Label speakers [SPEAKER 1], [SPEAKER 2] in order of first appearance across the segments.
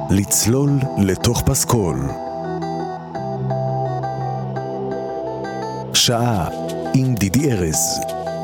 [SPEAKER 1] לצלול לתוך פסקול. שעה עם דידי ארז.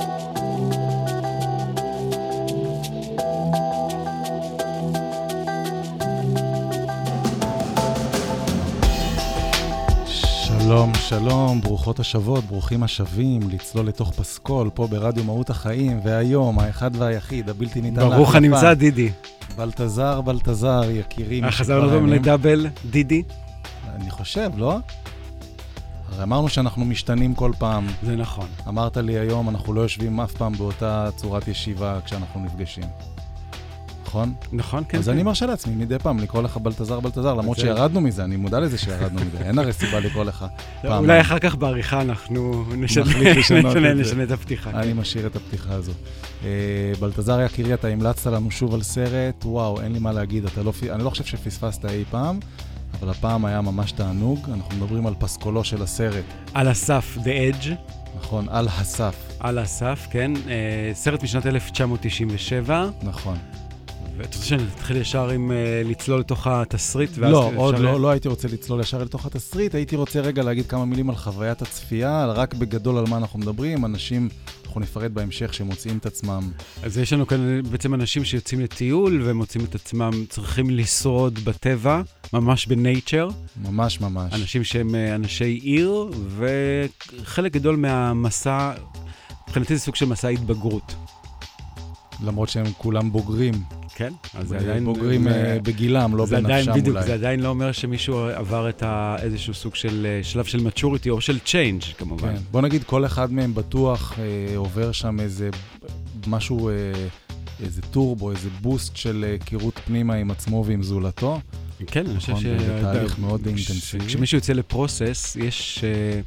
[SPEAKER 2] שלום, שלום, ברוכות השבות, ברוכים השבים, לצלול לתוך פסקול, פה ברדיו מהות החיים, והיום, האחד והיחיד, הבלתי ניתן להחלפה.
[SPEAKER 3] ברוך הנמצא, דידי.
[SPEAKER 2] בלטזר, יקירי.
[SPEAKER 3] חזרנו גם לדאבל, דידי?
[SPEAKER 2] אני חושב, לא? הרי אמרנו שאנחנו משתנים כל פעם.
[SPEAKER 3] זה נכון.
[SPEAKER 2] אמרת לי היום, אנחנו לא יושבים אף פעם באותה צורת ישיבה כשאנחנו נפגשים. נכון?
[SPEAKER 3] נכון, כן.
[SPEAKER 2] אז אני מרשה לעצמי מדי פעם לקרוא לך בלטזר, למרות שירדנו מזה, אני מודע לזה שירדנו מזה, אין הרי סיבה לקרוא לך פעם.
[SPEAKER 3] אולי אחר כך בעריכה אנחנו נשנה את הפתיחה.
[SPEAKER 2] אני משאיר את הפתיחה הזו. בלטזר יקירי, אתה המלצת לנו שוב על סרט, וואו, אין לי מה להגיד, אני לא חושב שפספסת אי פעם, אבל הפעם היה ממש תענוג, אנחנו מדברים על פסקולו של הסרט.
[SPEAKER 3] על הסף, The Edge.
[SPEAKER 2] נכון, על הסף.
[SPEAKER 3] על הסף, כן. סרט משנת 1997.
[SPEAKER 2] נכון.
[SPEAKER 3] ואתה רוצה שנתחיל ישר עם לצלול לתוך התסריט?
[SPEAKER 2] לא, עוד לא הייתי רוצה לצלול ישר לתוך התסריט, הייתי רוצה רגע להגיד כמה מילים על חוויית הצפייה, רק בגדול על מה אנחנו מדברים, אנשים, אנחנו נפרט בהמשך שמוצאים את עצמם. אז
[SPEAKER 3] יש לנו כאן בעצם אנשים שיוצאים לטיול ומוצאים את עצמם, צריכים לשרוד בטבע, ממש בנייצ'ר.
[SPEAKER 2] ממש ממש.
[SPEAKER 3] אנשים שהם אנשי עיר, וחלק גדול מהמסע, מבחינתי זה סוג של מסע התבגרות.
[SPEAKER 2] למרות שהם כולם בוגרים.
[SPEAKER 3] כן,
[SPEAKER 2] אז זה עדיין בוגרים בגילם, לא בנפשם אולי.
[SPEAKER 3] בדיוק, זה עדיין לא אומר שמישהו עבר את איזשהו סוג של שלב של maturity או של change, כמובן.
[SPEAKER 2] כן, בוא נגיד, כל אחד מהם בטוח עובר שם איזה משהו, איזה טורבו, איזה בוסט של היכרות פנימה עם עצמו ועם זולתו.
[SPEAKER 3] כן, אני חושב
[SPEAKER 2] זה תהליך מאוד אינטנסיבי.
[SPEAKER 3] כשמישהו יוצא לפרוסס, יש...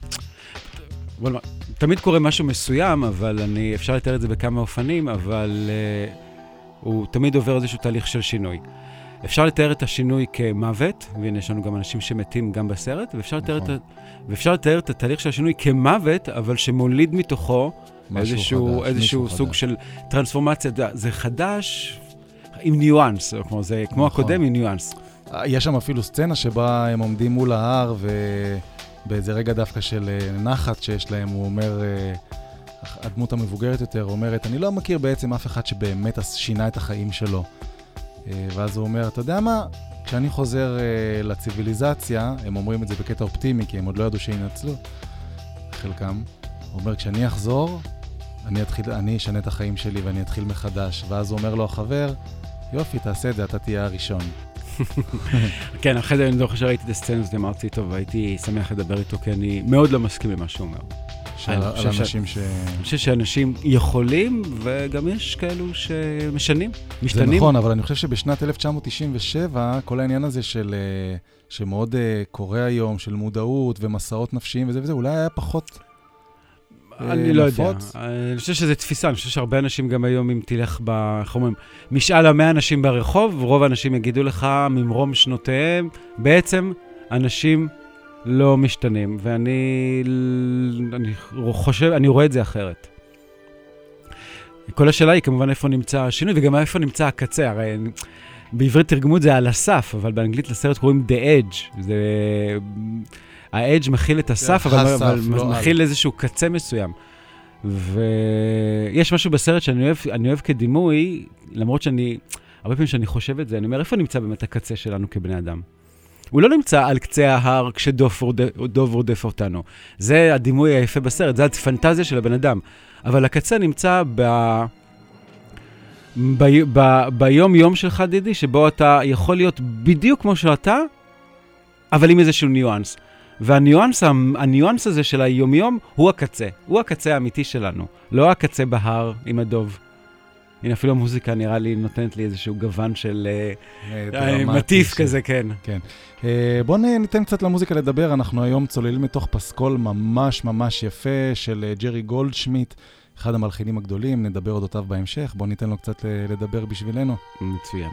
[SPEAKER 3] תמיד קורה משהו מסוים, אבל אפשר לתאר את זה בכמה אופנים, אבל הוא תמיד עובר איזשהו תהליך של שינוי. אפשר לתאר את השינוי כמוות, והנה יש לנו גם אנשים שמתים גם בסרט, ואפשר לתאר את התהליך של השינוי כמוות, אבל שמוליד מתוכו איזשהו סוג של טרנספורמציה. זה חדש עם ניואנס, כמו הקודם עם ניואנס.
[SPEAKER 2] יש שם אפילו סצנה שבה הם עומדים מול ההר, באיזה רגע דווקא של נחת שיש להם, הוא אומר, הדמות המבוגרת יותר אומרת, אני לא מכיר בעצם אף אחד שבאמת שינה את החיים שלו. ואז הוא אומר, אתה יודע מה? כשאני חוזר לציביליזציה, הם אומרים את זה בקטע אופטימי, כי הם עוד לא ידעו שינצלו, חלקם. הוא אומר, כשאני אחזור, אני אשנה את החיים שלי ואני אתחיל מחדש. ואז הוא אומר לו, החבר, יופי, תעשה את זה, אתה תהיה הראשון.
[SPEAKER 3] כן, אחרי זה אני לא חושב שראיתי את הסצנה הזאת, אמרתי טוב, והייתי שמח לדבר איתו, כי אני מאוד לא מסכים למה שהוא אומר.
[SPEAKER 2] על אנשים
[SPEAKER 3] אני חושב שאנשים יכולים, וגם יש כאלו שמשנים, משתנים.
[SPEAKER 2] זה נכון, אבל אני חושב שבשנת 1997, כל העניין הזה שמאוד קורה היום, של מודעות ומסעות נפשיים וזה, אולי היה פחות...
[SPEAKER 3] אני לא יודע. אני חושב שזה תפיסה, אני חושב שהרבה אנשים גם היום, אם תלך משאל 100 אנשים ברחוב, רוב האנשים יגידו לך, ממרום שנותיהם, בעצם אנשים לא משתנים, ואני חושב, אני רואה את זה אחרת. כל השאלה היא כמובן איפה נמצא השינוי, וגם איפה נמצא הקצה, הרי בעברית תרגמו את זה על הסף, אבל באנגלית לסרט קוראים The Edge, זה... האדג' מכיל את הסף, אבל מכיל איזשהו קצה מסוים. ויש משהו בסרט שאני אוהב כדימוי, למרות הרבה פעמים שאני חושב את זה, אני אומר, איפה נמצא באמת הקצה שלנו כבני אדם? הוא לא נמצא על קצה ההר כשדוב רודף אותנו. זה הדימוי היפה בסרט, זה הפנטזיה של הבן אדם. אבל הקצה נמצא ביום-יום שלך, דידי, שבו אתה יכול להיות בדיוק כמו שאתה, אבל עם איזשהו ניואנס. והניואנס הזה של היום-יום הוא הקצה. הוא הקצה האמיתי שלנו. לא הקצה בהר עם הדוב. הנה, אפילו המוזיקה נראה לי נותנת לי איזשהו גוון של מטיף כזה, כן.
[SPEAKER 2] כן. בואו ניתן קצת למוזיקה לדבר. אנחנו היום צוללים מתוך פסקול ממש ממש יפה של ג'רי גולדשמיט, אחד המלחינים הגדולים. נדבר אודותיו בהמשך. בואו ניתן לו קצת לדבר בשבילנו.
[SPEAKER 3] מצוין.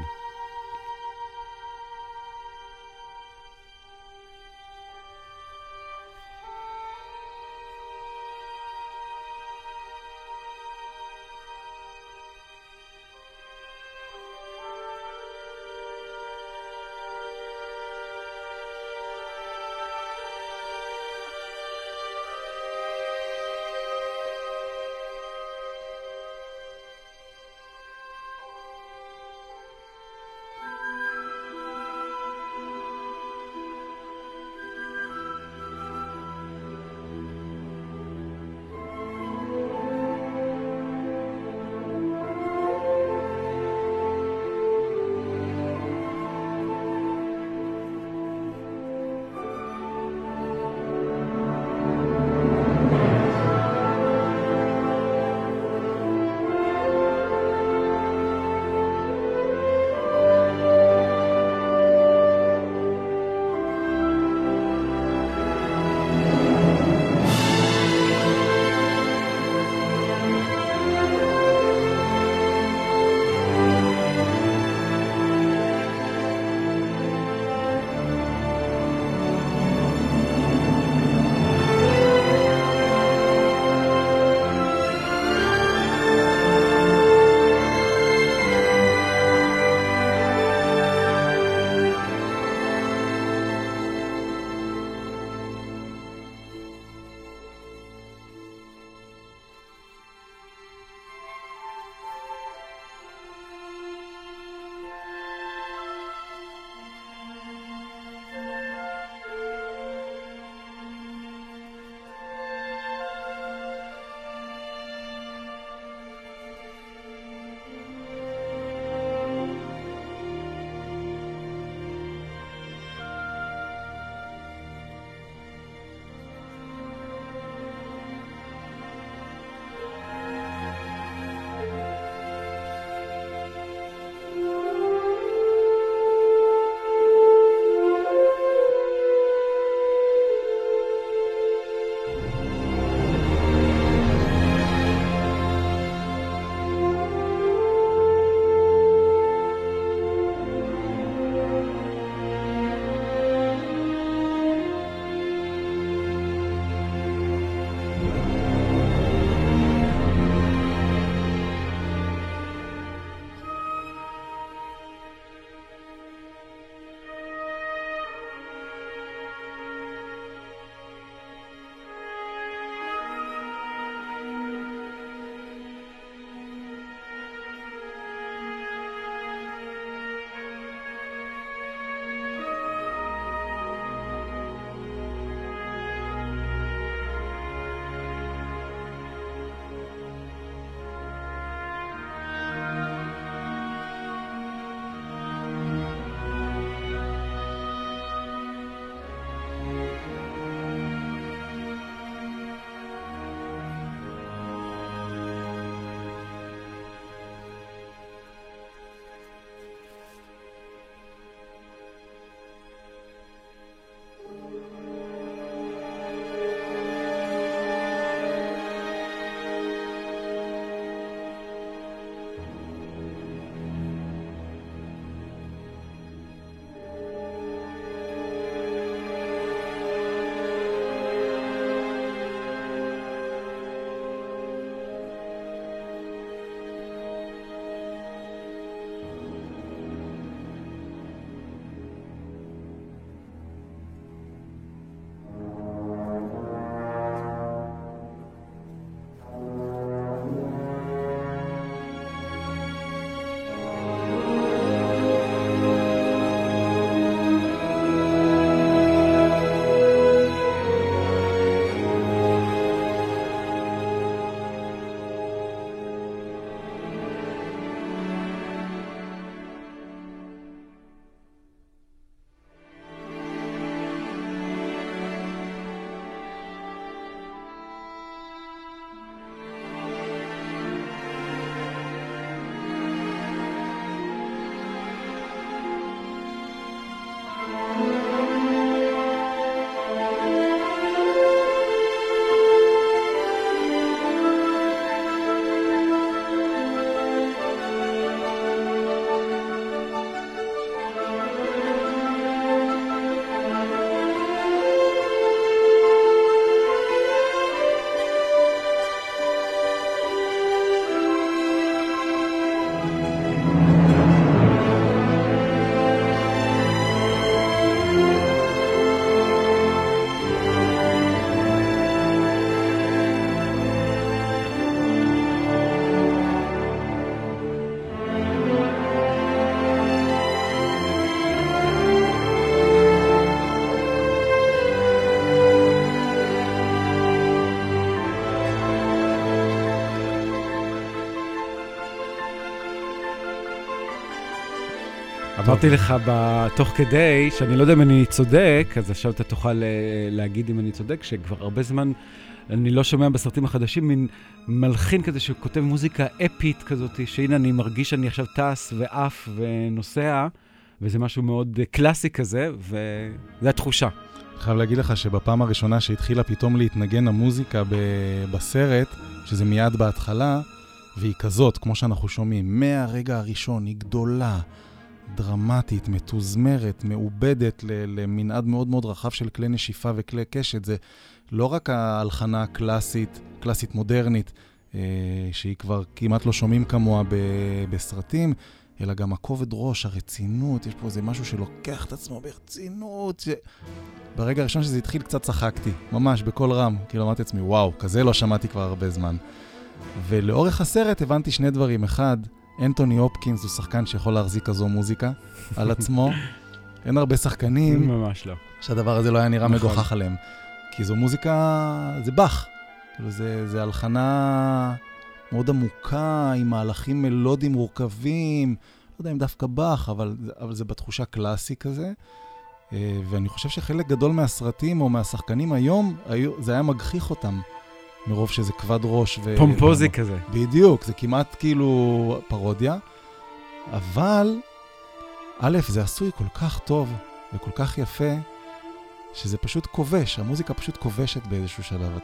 [SPEAKER 3] אמרתי לך תוך כדי, שאני לא יודע אם אני צודק, אז עכשיו אתה תוכל להגיד אם אני צודק, שכבר הרבה זמן אני לא שומע בסרטים החדשים, מין מלחין כזה שכותב מוזיקה אפית כזאת, שהנה אני מרגיש שאני עכשיו טס ואף ונוסע, וזה משהו מאוד קלאסי כזה, וזה התחושה.
[SPEAKER 2] אני חייב להגיד לך שבפעם הראשונה שהתחילה פתאום להתנגן המוזיקה בסרט, שזה מיד בהתחלה, והיא כזאת, כמו שאנחנו שומעים, מהרגע הראשון, היא גדולה, דרמטית, מתוזמרת, מעובדת למנעד מאוד מאוד רחב של כלי נשיפה וכלי קשת. זה לא רק ההלחנה הקלאסית, קלאסית מודרנית, שהיא כבר כמעט לא שומעים כמוה בסרטים, אלא גם הכובד ראש, הרצינות, יש פה איזה משהו שלוקח את עצמו ברצינות. ברגע הראשון שזה התחיל קצת צחקתי, ממש בכל רם, כאילו אמרתי עצמי, וואו, כזה לא שמעתי כבר הרבה זמן. ולאורך הסרט הבנתי שני דברים. אחד, אנטוני הופקינס הוא שחקן שיכול להחזיק כזו מוזיקה על עצמו. אין הרבה שחקנים.
[SPEAKER 3] ממש לא.
[SPEAKER 2] שהדבר הזה לא היה נראה מגוחך עליהם. כי זו מוזיקה, זה בח. כאילו זה הלחנה מאוד עמוקה, עם מהלכים מלודיים מורכבים. לא יודע אם דווקא בח, אבל זה בתחושה קלאסי כזה. ואני חושב שחלק גדול מהסרטים או מהשחקנים היום, זה היה מגחיך אותם. מרוב שזה כבד ראש
[SPEAKER 3] פומפוזי כזה.
[SPEAKER 2] בדיוק, זה כמעט כאילו פרודיה. אבל, א', זה עשוי כל כך טוב וכל כך יפה, שזה פשוט כובש. המוזיקה פשוט כובשת באיזשהו שלב.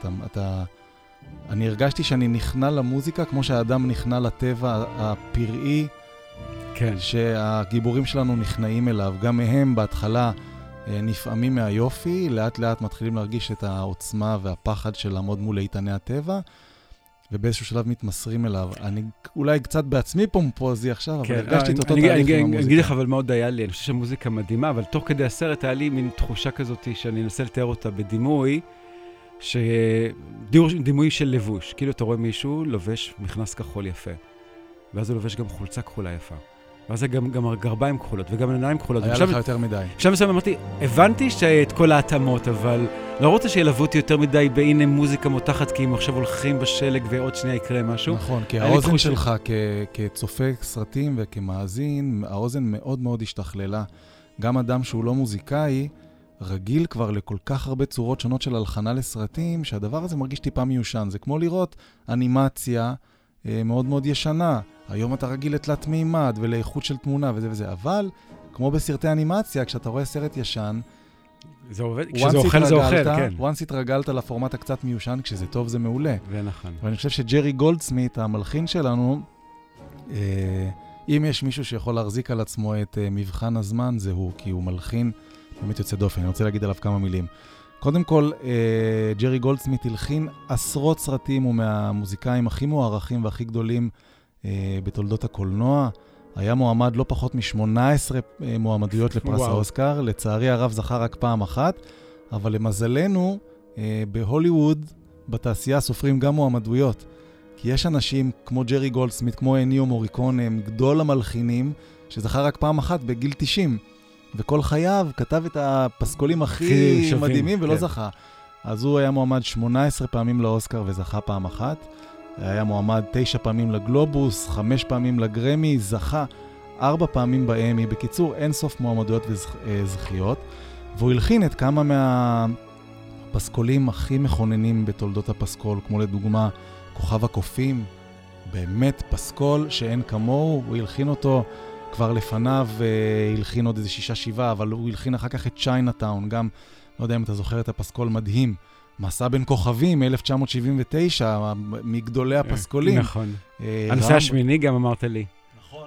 [SPEAKER 2] אני הרגשתי שאני נכנע למוזיקה, כמו שהאדם נכנע לטבע הפראי,
[SPEAKER 3] כן.
[SPEAKER 2] שהגיבורים שלנו נכנעים אליו. גם מהם בהתחלה נפעמים מהיופי, לאט לאט מתחילים להרגיש את העוצמה והפחד של לעמוד מול איתני הטבע, ובאיזשהו שלב מתמסרים אליו. אני אולי קצת בעצמי פומפוזי עכשיו, אבל הרגשתי את אותו תהליך עם המוזיקה.
[SPEAKER 3] אני אגיד לך, אבל מאוד היה לי, אני חושב שהמוזיקה מדהימה, אבל תוך כדי הסרט היה לי מין תחושה כזאת, שאני אנסה לתאר אותה בדימוי, דימוי של לבוש. כאילו אתה רואה מישהו לובש מכנס כחול יפה, ואז הוא לובש גם חולצה כחולה יפה. ואז זה גם הגרביים כחולות, וגם עיניים כחולות.
[SPEAKER 2] היה לך יותר מדי.
[SPEAKER 3] עכשיו מסוים אמרתי, הבנתי שאת כל ההתאמות, אבל לא רוצה שילוו אותי יותר מדי בהנה מוזיקה מותחת, כי אם עכשיו הולכים בשלג ועוד שנייה יקרה משהו.
[SPEAKER 2] נכון, כי האוזן שלך כצופה סרטים וכמאזין, האוזן מאוד מאוד השתכללה. גם אדם שהוא לא מוזיקאי, רגיל כבר לכל כך הרבה צורות שונות של הלחנה לסרטים, שהדבר הזה מרגיש טיפה מיושן. זה כמו לראות אנימציה מאוד מאוד ישנה. היום אתה רגיל לתלת מימד ולאיכות של תמונה וזה וזה, אבל כמו בסרטי אנימציה, כשאתה רואה סרט ישן,
[SPEAKER 3] זה עובד, כשזה אוכל זה אוכל, כן.
[SPEAKER 2] once התרגלת לפורמט הקצת מיושן, כשזה טוב זה מעולה.
[SPEAKER 3] זה נכון.
[SPEAKER 2] ואני חושב שג'רי גולדסמית, המלחין שלנו, אם יש מישהו שיכול להחזיק על עצמו את מבחן הזמן, זה הוא, כי הוא מלחין באמת יוצא דופן. אני רוצה להגיד עליו כמה מילים. קודם כל, ג'רי גולדסמית הלחין עשרות סרטים, הוא מהמוזיקאים הכי מוערכים והכי גדולים בתולדות הקולנוע. היה מועמד לא פחות מ-18 מועמדויות לפרס האוסקר. לצערי הרב זכה רק פעם אחת, אבל למזלנו, בהוליווד, בתעשייה סופרים גם מועמדויות. כי יש אנשים כמו ג'רי גולדסמית, כמו אניו מוריקונה, הם גדול המלחינים, שזכה רק פעם אחת בגיל 90. וכל חייו כתב את הפסקולים הכי מדהימים ולא זכה. אז הוא היה מועמד 18 פעמים לאוסקר וזכה פעם אחת. היה מועמד 9 פעמים לגלובוס, 5 פעמים לגרמי, זכה 4 פעמים באמי. בקיצור, אין סוף מועמדויות וזכיות. והוא הלחין את כמה מהפסקולים הכי מכוננים בתולדות הפסקול, כמו לדוגמה כוכב הקופים, באמת פסקול שאין כמוהו. הוא הלחין אותו כבר לפניו, הלחין עוד איזה 6-7, אבל הוא הלחין אחר כך את צ'יינאטאון, גם, לא יודע אם אתה זוכר את הפסקול מדהים, מסע בין כוכבים, 1979, מגדולי הפסקולים.
[SPEAKER 3] נכון. הנושא השמיני גם אמרת לי.
[SPEAKER 2] נכון.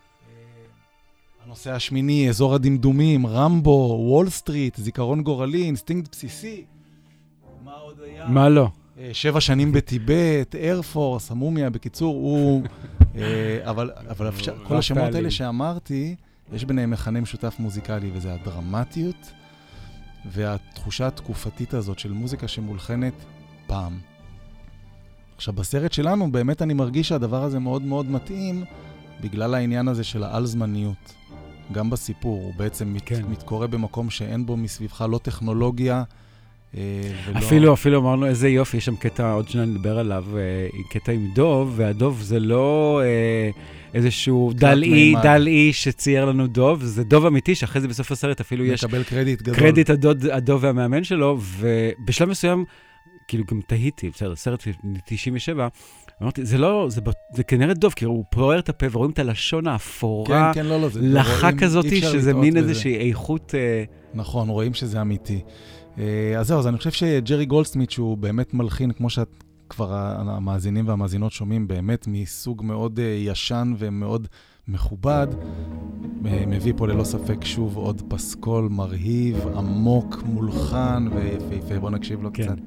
[SPEAKER 2] הנושא השמיני, אזור הדמדומים, רמבו, וול סטריט, זיכרון גורלי, אינסטינקט בסיסי. מה עוד היה?
[SPEAKER 3] מה לא?
[SPEAKER 2] 7 שנים בטיבט, איירפורס, המומיה, בקיצור, הוא... אבל כל השמות האלה שאמרתי, יש ביניהם מכנה משותף מוזיקלי, וזה הדרמטיות והתחושה התקופתית הזאת של מוזיקה שמולחנת פעם. עכשיו, בסרט שלנו באמת אני מרגיש שהדבר הזה מאוד מאוד מתאים, בגלל העניין הזה של העל-זמניות. גם בסיפור, הוא בעצם מתקורא במקום שאין בו מסביבך לא טכנולוגיה,
[SPEAKER 3] אפילו אמרנו איזה יופי, יש שם קטע, עוד שניה נדבר עליו, קטע עם דוב, והדוב זה לא איזשהו דל אי שצייר לנו דוב, זה דוב אמיתי, שאחרי זה בסוף הסרט אפילו יש...
[SPEAKER 2] מקבל קרדיט גדול.
[SPEAKER 3] קרדיט הדוב והמאמן שלו, ובשלב מסוים, כאילו גם תהיתי, בסדר, סרט 97, אמרתי, זה כנראה דוב, כי הוא פוער את הפה, ורואים את הלשון האפורה,
[SPEAKER 2] כן, לא,
[SPEAKER 3] לחה כזאת, שזה מין איזושהי איכות...
[SPEAKER 2] נכון, רואים שזה אמיתי. אז זהו, אז אני חושב שג'רי גולדסמית, שהוא באמת מלחין, כמו שאת כבר המאזינים והמאזינות שומעים, באמת מסוג מאוד ישן ומאוד מכובד, מביא פה ללא ספק שוב עוד פסקול מרהיב, עמוק, מולחן ויפהפה. בוא נקשיב לו קצת.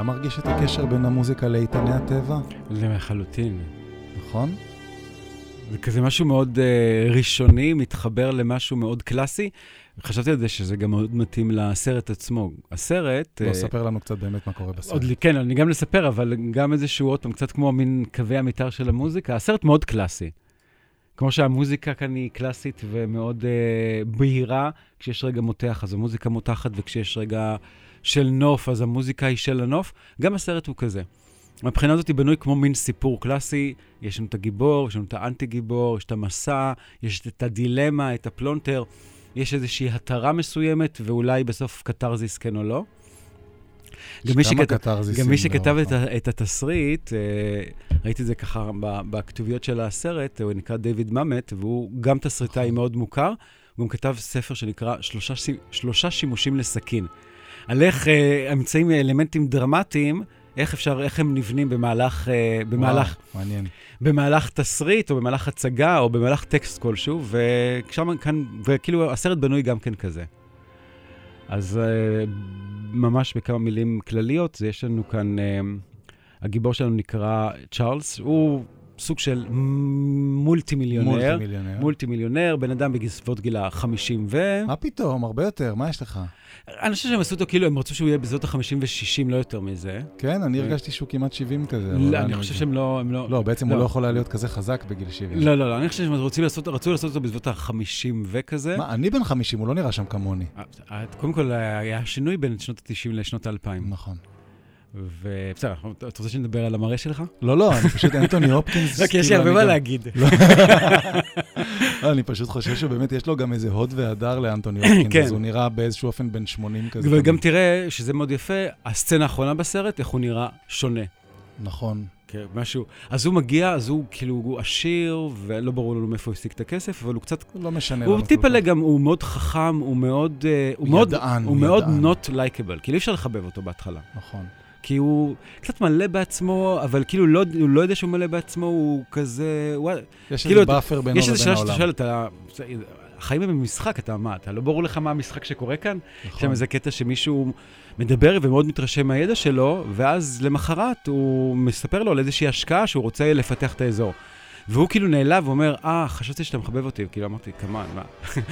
[SPEAKER 2] מרגיש את הקשר בין המוזיקה לאיתני הטבע?
[SPEAKER 3] לחלוטין.
[SPEAKER 2] נכון?
[SPEAKER 3] זה כזה משהו מאוד ראשוני, מתחבר למשהו מאוד קלאסי. חשבתי על זה שזה גם מאוד מתאים לסרט עצמו. הסרט...
[SPEAKER 2] לא, ספר לנו קצת באמת מה קורה בסרט.
[SPEAKER 3] כן, אני גם לספר, אבל גם איזשהו עוד פעם, קצת כמו מין קווי המתאר של המוזיקה. הסרט מאוד קלאסי. כמו שהמוזיקה כאן היא קלאסית ומאוד בהירה, כשיש רגע מותח, אז המוזיקה מותחת, וכשיש רגע של נוף, אז המוזיקה היא של הנוף. גם הסרט הוא כזה. מבחינה הזאת היא בנוי כמו מין סיפור קלאסי, יש לנו את הגיבור, יש לנו את האנטי-גיבור, יש את המסע, יש את הדילמה, את הפלונטר, יש איזושהי התרה מסוימת, ואולי בסוף קטרזיס כן או לא. גם מי שכתב את התסריט, ראיתי את זה ככה בכתוביות של הסרט, הוא נקרא דיוויד ממט, והוא גם תסריטאי מאוד מוכר, הוא גם כתב ספר שנקרא 3 שימושים לסכין. על איך אמצעים אלמנטים דרמטיים, איך הם נבנים במהלך תסריט, או במהלך הצגה, או במהלך טקסט כלשהו, וכאילו הסרט בנוי גם כן כזה. אז ממש בכמה מילים כלליות, יש לנו כאן, הגיבור שלנו נקרא צ'ארלס, הוא סוג של מולטי-מיליונר, בן אדם בסביבות גיל 50
[SPEAKER 2] מה פתאום? הרבה יותר, מה יש לך?
[SPEAKER 3] אני חושב שהם עשו אותו כאילו, הם רצו שהוא יהיה בסביבות ה-50 ו-60, לא יותר מזה.
[SPEAKER 2] כן, אני הרגשתי שהוא כמעט 70 כזה.
[SPEAKER 3] לא, אני חושב שהם לא...
[SPEAKER 2] לא, בעצם הוא לא יכול להיות כזה חזק בגיל 70.
[SPEAKER 3] לא, אני חושב שהם רצו לעשות אותו בסביבות ה-50 וכזה.
[SPEAKER 2] מה, אני בן 50, הוא לא נראה שם כמוני.
[SPEAKER 3] קודם כל, היה שינוי בין שנות ה-90 לשנות ה-2000.
[SPEAKER 2] נכון.
[SPEAKER 3] ובסדר, אתה רוצה שנדבר על המראה שלך?
[SPEAKER 2] לא, אני פשוט אנטוני הופקינס.
[SPEAKER 3] רק יש לי הרבה מה להגיד.
[SPEAKER 2] אני פשוט חושב שבאמת יש לו גם איזה הוד והדר לאנטוני הופקינס, אז הוא נראה באיזשהו אופן בן 80 כזה.
[SPEAKER 3] וגם תראה שזה מאוד יפה, הסצנה האחרונה בסרט, איך הוא נראה שונה.
[SPEAKER 2] נכון.
[SPEAKER 3] כן, משהו. אז הוא מגיע, אז הוא כאילו, הוא עשיר, ולא ברור לנו מאיפה הוא השיג את הכסף, אבל הוא קצת...
[SPEAKER 2] לא משנה.
[SPEAKER 3] הוא טיפה גם, הוא מאוד חכם, הוא מאוד...
[SPEAKER 2] ידען.
[SPEAKER 3] הוא מאוד not likable, כאילו אי אפשר לחבב אותו בהתחלה.
[SPEAKER 2] נכון.
[SPEAKER 3] כי הוא קצת מלא בעצמו, אבל כאילו הוא לא יודע שהוא מלא בעצמו, הוא כזה...
[SPEAKER 2] יש איזה באפר בינו
[SPEAKER 3] לבין העולם. יש איזה שאלה שאתה שואל, החיים הם במשחק, אתה לא ברור לך מה המשחק שקורה כאן? יש שם איזה קטע שמישהו מדבר ומאוד מתרשם מהידע שלו, ואז למחרת הוא מספר לו על איזושהי השקעה שהוא רוצה לפתח את האזור. והוא כאילו נעלב ואומר, חשבתי שאתה מחבב אותי, כאילו אמרתי, כמובן, מה?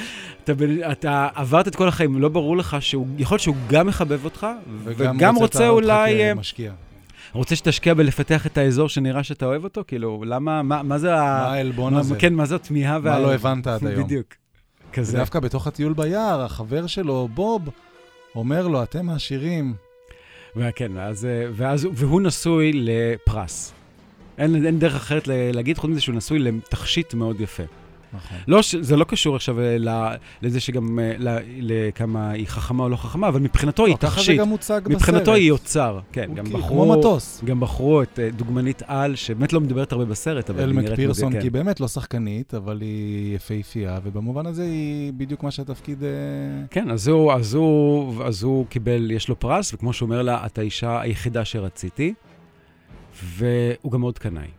[SPEAKER 3] אתה עברת את כל החיים, לא ברור לך שהוא, יכול להיות שהוא גם מחבב אותך, וגם רוצה אולי... רוצה שתשקיע בלפתח את האזור שנראה שאתה אוהב אותו? כאילו, למה, מה זה
[SPEAKER 2] מה האלבון הזה?
[SPEAKER 3] כן, מה זה התמיהה?
[SPEAKER 2] מה לא הבנת עד היום?
[SPEAKER 3] בדיוק. כזה.
[SPEAKER 2] ודווקא בתוך הטיול ביער, החבר שלו, בוב, אומר לו, אתם העשירים.
[SPEAKER 3] וכן, והוא נשוי לפרס. אין דרך אחרת להגיד, חוץ מזה שהוא נשוי לתכשיט מאוד יפה.
[SPEAKER 2] נכון.
[SPEAKER 3] לא, זה לא קשור עכשיו לזה שגם לכמה היא חכמה או לא חכמה, אבל מבחינתו היא תכשיט.
[SPEAKER 2] ככה זה גם מוצג בסרט.
[SPEAKER 3] מבחינתו היא יוצר, כן.
[SPEAKER 2] כמו מטוס.
[SPEAKER 3] גם בחרו את דוגמנית על, שבאמת לא מדברת הרבה בסרט, אבל היא נראית
[SPEAKER 2] אלמק פירסון, כי היא באמת לא שחקנית, אבל היא יפהפייה, ובמובן הזה היא בדיוק מה שהתפקיד...
[SPEAKER 3] כן, אז הוא קיבל, יש לו פרס, וכמו שהוא אומר לה, את האישה היחידה שרציתי, והוא גם מאוד קנאי.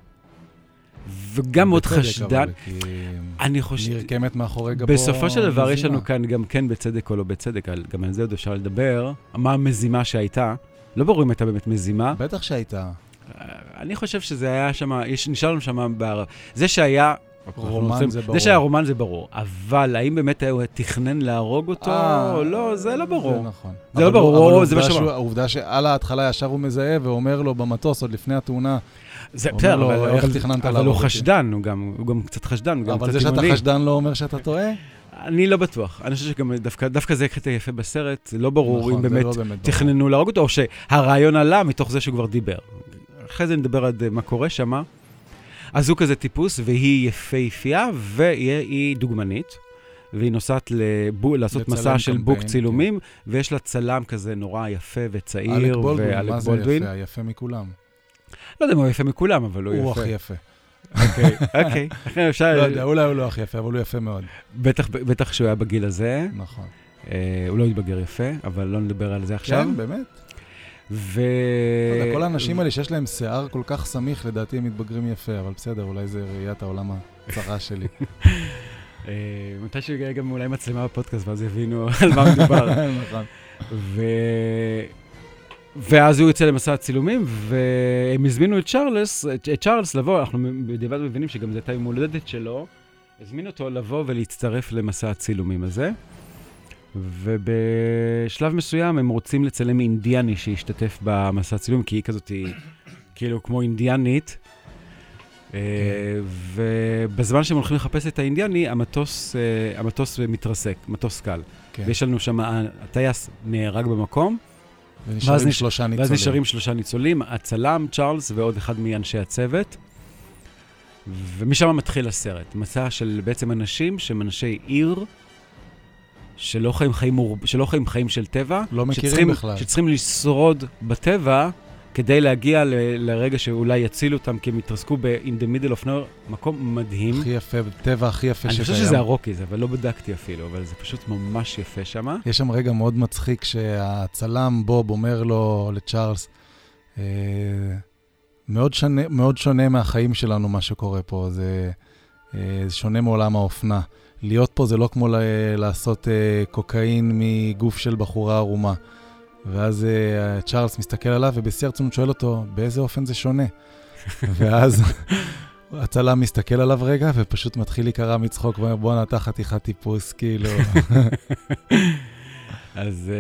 [SPEAKER 3] וגם מאוד חשדן. אני חושב...
[SPEAKER 2] נרקמת מאחורי גבו.
[SPEAKER 3] בסופו של דבר יש לנו כאן גם כן בצדק או לא בצדק, גם על זה עוד אפשר לדבר. מה המזימה שהייתה? לא ברור אם הייתה באמת מזימה.
[SPEAKER 2] בטח שהייתה.
[SPEAKER 3] אני חושב שזה היה שם, נשאר לנו שם זה שהיה...
[SPEAKER 2] רומן זה ברור.
[SPEAKER 3] זה שהיה רומן זה ברור. אבל האם באמת הוא תכנן להרוג אותו? לא, זה לא ברור.
[SPEAKER 2] זה נכון.
[SPEAKER 3] זה לא ברור, זה מה
[SPEAKER 2] שאומר. העובדה שעל ההתחלה ישר הוא מזהה ואומר לו במטוס עוד לפני התאונה,
[SPEAKER 3] אבל הוא חשדן, הוא גם קצת חשדן.
[SPEAKER 2] אבל זה שאתה חשדן לא אומר שאתה טועה?
[SPEAKER 3] אני לא בטוח. אני חושב שגם דווקא זה קטע יפה בסרט, זה לא ברור אם באמת תכננו להרוג אותו, או שהרעיון עלה מתוך זה שהוא כבר דיבר. אחרי זה נדבר עד מה קורה שם. אז הוא כזה טיפוס, והיא יפהפייה, והיא דוגמנית, והיא נוסעת לעשות מסע של בוק צילומים, ויש לה צלם כזה נורא יפה וצעיר,
[SPEAKER 2] ואלק בולדווין. מה זה יפה? היפה מכולם.
[SPEAKER 3] לא יודע אם הוא יפה מכולם, אבל הוא יפה.
[SPEAKER 2] הוא הכי יפה.
[SPEAKER 3] אוקיי. לא
[SPEAKER 2] יודע, אולי הוא לא הכי יפה, אבל הוא יפה מאוד.
[SPEAKER 3] בטח שהוא היה בגיל הזה.
[SPEAKER 2] נכון.
[SPEAKER 3] הוא לא התבגר יפה, אבל לא נדבר על זה עכשיו.
[SPEAKER 2] כן, באמת. כל האנשים האלה שיש להם שיער כל כך סמיך, לדעתי הם מתבגרים יפה, אבל בסדר, אולי זה ראיית העולם הצרה שלי.
[SPEAKER 3] מתי שיגיע גם אולי מצלמה בפודקאסט, ואז יבינו על מה מדובר.
[SPEAKER 2] נכון.
[SPEAKER 3] ואז הוא יוצא למסע הצילומים, והם הזמינו את צ'ארלס לבוא, אנחנו בדיעבד מבינים שגם זה הייתה יום הולדת שלו, הזמינו אותו לבוא ולהצטרף למסע הצילומים הזה, ובשלב מסוים הם רוצים לצלם אינדיאני שישתתף במסע הצילום, כי היא כזאת, כאילו כמו אינדיאנית, ובזמן שהם הולכים לחפש את האינדיאני, המטוס מתרסק, מטוס קל. ויש לנו שם, הטייס נהרג במקום, ואז נשארים 3 ניצולים, הצלם, צ'ארלס ועוד אחד מאנשי הצוות, ומשם מתחיל הסרט. מסע של בעצם אנשים שהם אנשי עיר, שלא חיים חיים של טבע,
[SPEAKER 2] לא מכירים בכלל.
[SPEAKER 3] שצריכים לשרוד בטבע, כדי להגיע לרגע שאולי יצילו אותם, כי הם התרסקו in the middle of nowhere, מקום מדהים.
[SPEAKER 2] הכי יפה, טבע הכי יפה שקיים.
[SPEAKER 3] אני חושב שזה הרוקיז, אבל לא בדקתי אפילו, אבל זה פשוט ממש יפה שם.
[SPEAKER 2] יש שם רגע מאוד מצחיק שהצלם בוב אומר לו לצ'ארלס, מאוד שונה מהחיים שלנו מה שקורה פה, זה שונה מעולם האופנה. להיות פה זה לא כמו לעשות קוקאין מגוף של בחורה ערומה. ואז צ'ארלס מסתכל עליו, ובשיא הרצינות שואל אותו, באיזה אופן זה שונה? ואז הצלם מסתכל עליו רגע, ופשוט מתחיל להיקרע מצחוק, ואומר, בוא נתה חתיכת טיפוס, כאילו.
[SPEAKER 3] אז,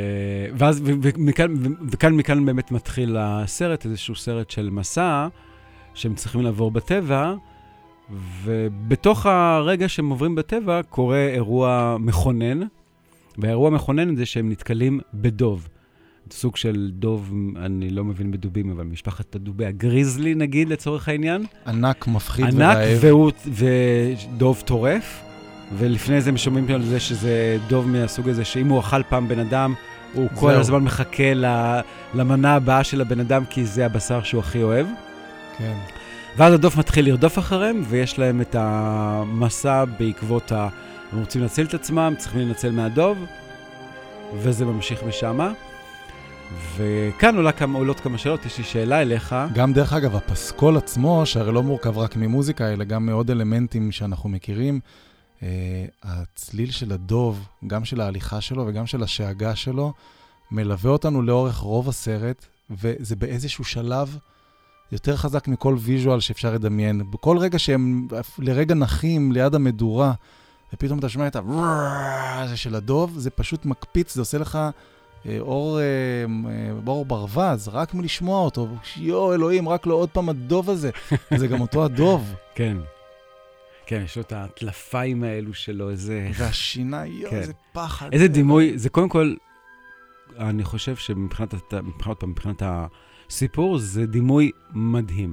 [SPEAKER 3] מכאן באמת מתחיל הסרט, איזשהו סרט של מסע, שהם צריכים לעבור בטבע, ובתוך הרגע שהם עוברים בטבע, קורה אירוע מכונן, והאירוע מכונן זה שהם נתקלים בדוב. סוג של דוב, אני לא מבין בדובים, אבל משפחת הדובי הגריזלי נגיד לצורך העניין.
[SPEAKER 2] ענק, מפחיד
[SPEAKER 3] ורעב. ודוב טורף, ולפני זה משומעים על זה שזה דוב מהסוג הזה, שאם הוא אכל פעם בן אדם, הוא כל הזמן מחכה למנה הבאה של הבן אדם, כי זה הבשר שהוא הכי אוהב.
[SPEAKER 2] כן.
[SPEAKER 3] ואז הדוב מתחיל לרדוף אחריהם, ויש להם את המסע בעקבות הם רוצים לנצל את עצמם, צריכים לנצל מהדוב, וזה ממשיך משמה. וכאן עולות כמה שאלות, יש לי שאלה אליך.
[SPEAKER 2] גם דרך אגב, הפסקול עצמו, שהרי לא מורכב רק ממוזיקה, אלא גם מעוד אלמנטים שאנחנו מכירים, הצליל של הדוב, גם של ההליכה שלו וגם של השאגה שלו, מלווה אותנו לאורך רוב הסרט, וזה באיזשהו שלב יותר חזק מכל ויז'ואל שאפשר לדמיין. בכל רגע שהם לרגע נחים ליד המדורה, ופתאום אתה שומע את הזה של הדוב, זה פשוט מקפיץ, זה עושה לך אור ברווז, רק מלשמוע אותו. יו, אלוהים, רק לא עוד פעם הדוב הזה. זה גם אותו הדוב.
[SPEAKER 3] כן. כן, יש לו את הטלפיים האלו שלו, איזה...
[SPEAKER 2] והשיניים, יו, איזה פחד.
[SPEAKER 3] איזה דימוי, זה קודם כל, אני חושב שמבחינת הסיפור, זה דימוי מדהים.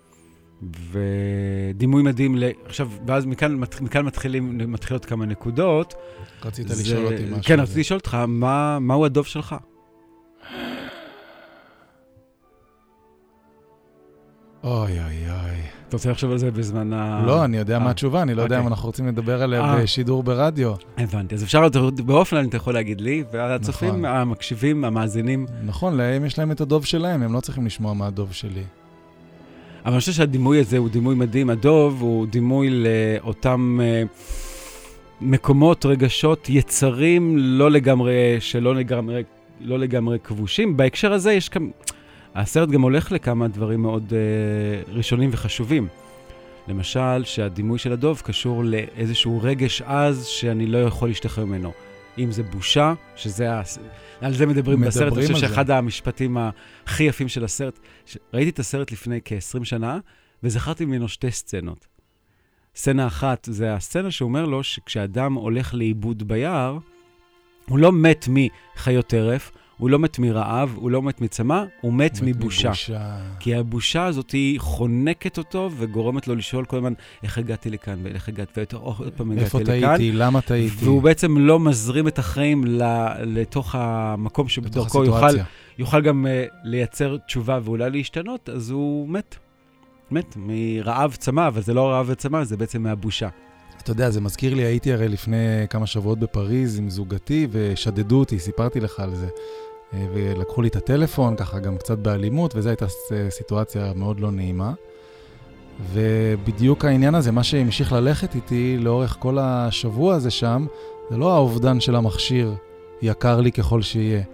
[SPEAKER 3] ודימוי מדהים עכשיו, ואז מכאן מתחילות כמה נקודות.
[SPEAKER 2] רצית לשאול אותי משהו.
[SPEAKER 3] כן, רציתי לשאול אותך, מהו הדוב שלך?
[SPEAKER 2] אוי, אוי, אוי.
[SPEAKER 3] אתה רוצה לחשוב על זה בזמן
[SPEAKER 2] לא, אני יודע מה התשובה, אני לא יודע אם אנחנו רוצים לדבר עליה בשידור ברדיו.
[SPEAKER 3] הבנתי, אז אפשר באופן, אתה יכול להגיד לי, והצופים, המקשיבים, המאזינים.
[SPEAKER 2] נכון, להם יש להם את הדוב שלהם, הם לא צריכים לשמוע מה הדוב שלי.
[SPEAKER 3] אבל אני חושב שהדימוי הזה הוא דימוי מדהים. הדוב הוא דימוי לאותם מקומות, רגשות, יצרים לא לגמרי כבושים. בהקשר הזה יש כמה... הסרט גם הולך לכמה דברים מאוד ראשונים וחשובים. למשל, שהדימוי של הדוב קשור לאיזשהו רגש אז שאני לא יכול להשתחרר ממנו. אם זה בושה, על זה מדברים בסרט. אני חושב שאחד המשפטים הכי יפים של הסרט, ראיתי את הסרט לפני כ-20 שנה, וזכרתי ממנו 2 סצנות. סצנה אחת, זה הסצנה שאומר לו שכשאדם הולך לאיבוד ביער, הוא לא מת מחיות טרף, הוא לא מת מרעב, הוא לא מת מצמא, הוא מת מבושה. כי הבושה הזאת היא חונקת אותו וגורמת לו לשאול כל הזמן איך הגעתי לכאן ואיך הגעתי, ועוד פעם הגעתי לכאן.
[SPEAKER 2] איפה טעיתי? למה טעיתי?
[SPEAKER 3] והוא בעצם לא מזרים את החיים לתוך המקום שבתוכו יוכל גם לייצר תשובה ואולי להשתנות, אז הוא מת. מת מרעב צמא, אבל זה לא רעב וצמא, זה בעצם מהבושה.
[SPEAKER 2] אתה יודע, זה מזכיר לי, הייתי הרי לפני כמה שבועות בפריז עם זוגתי, ושדדו אותי, סיפרתי לך על זה. ולקחו לי את הטלפון, ככה גם קצת באלימות, וזו הייתה סיטואציה מאוד לא נעימה. ובדיוק העניין הזה, מה שהמשיך ללכת איתי לאורך כל השבוע הזה שם, זה לא האובדן של המכשיר, יקר לי ככל שיהיה,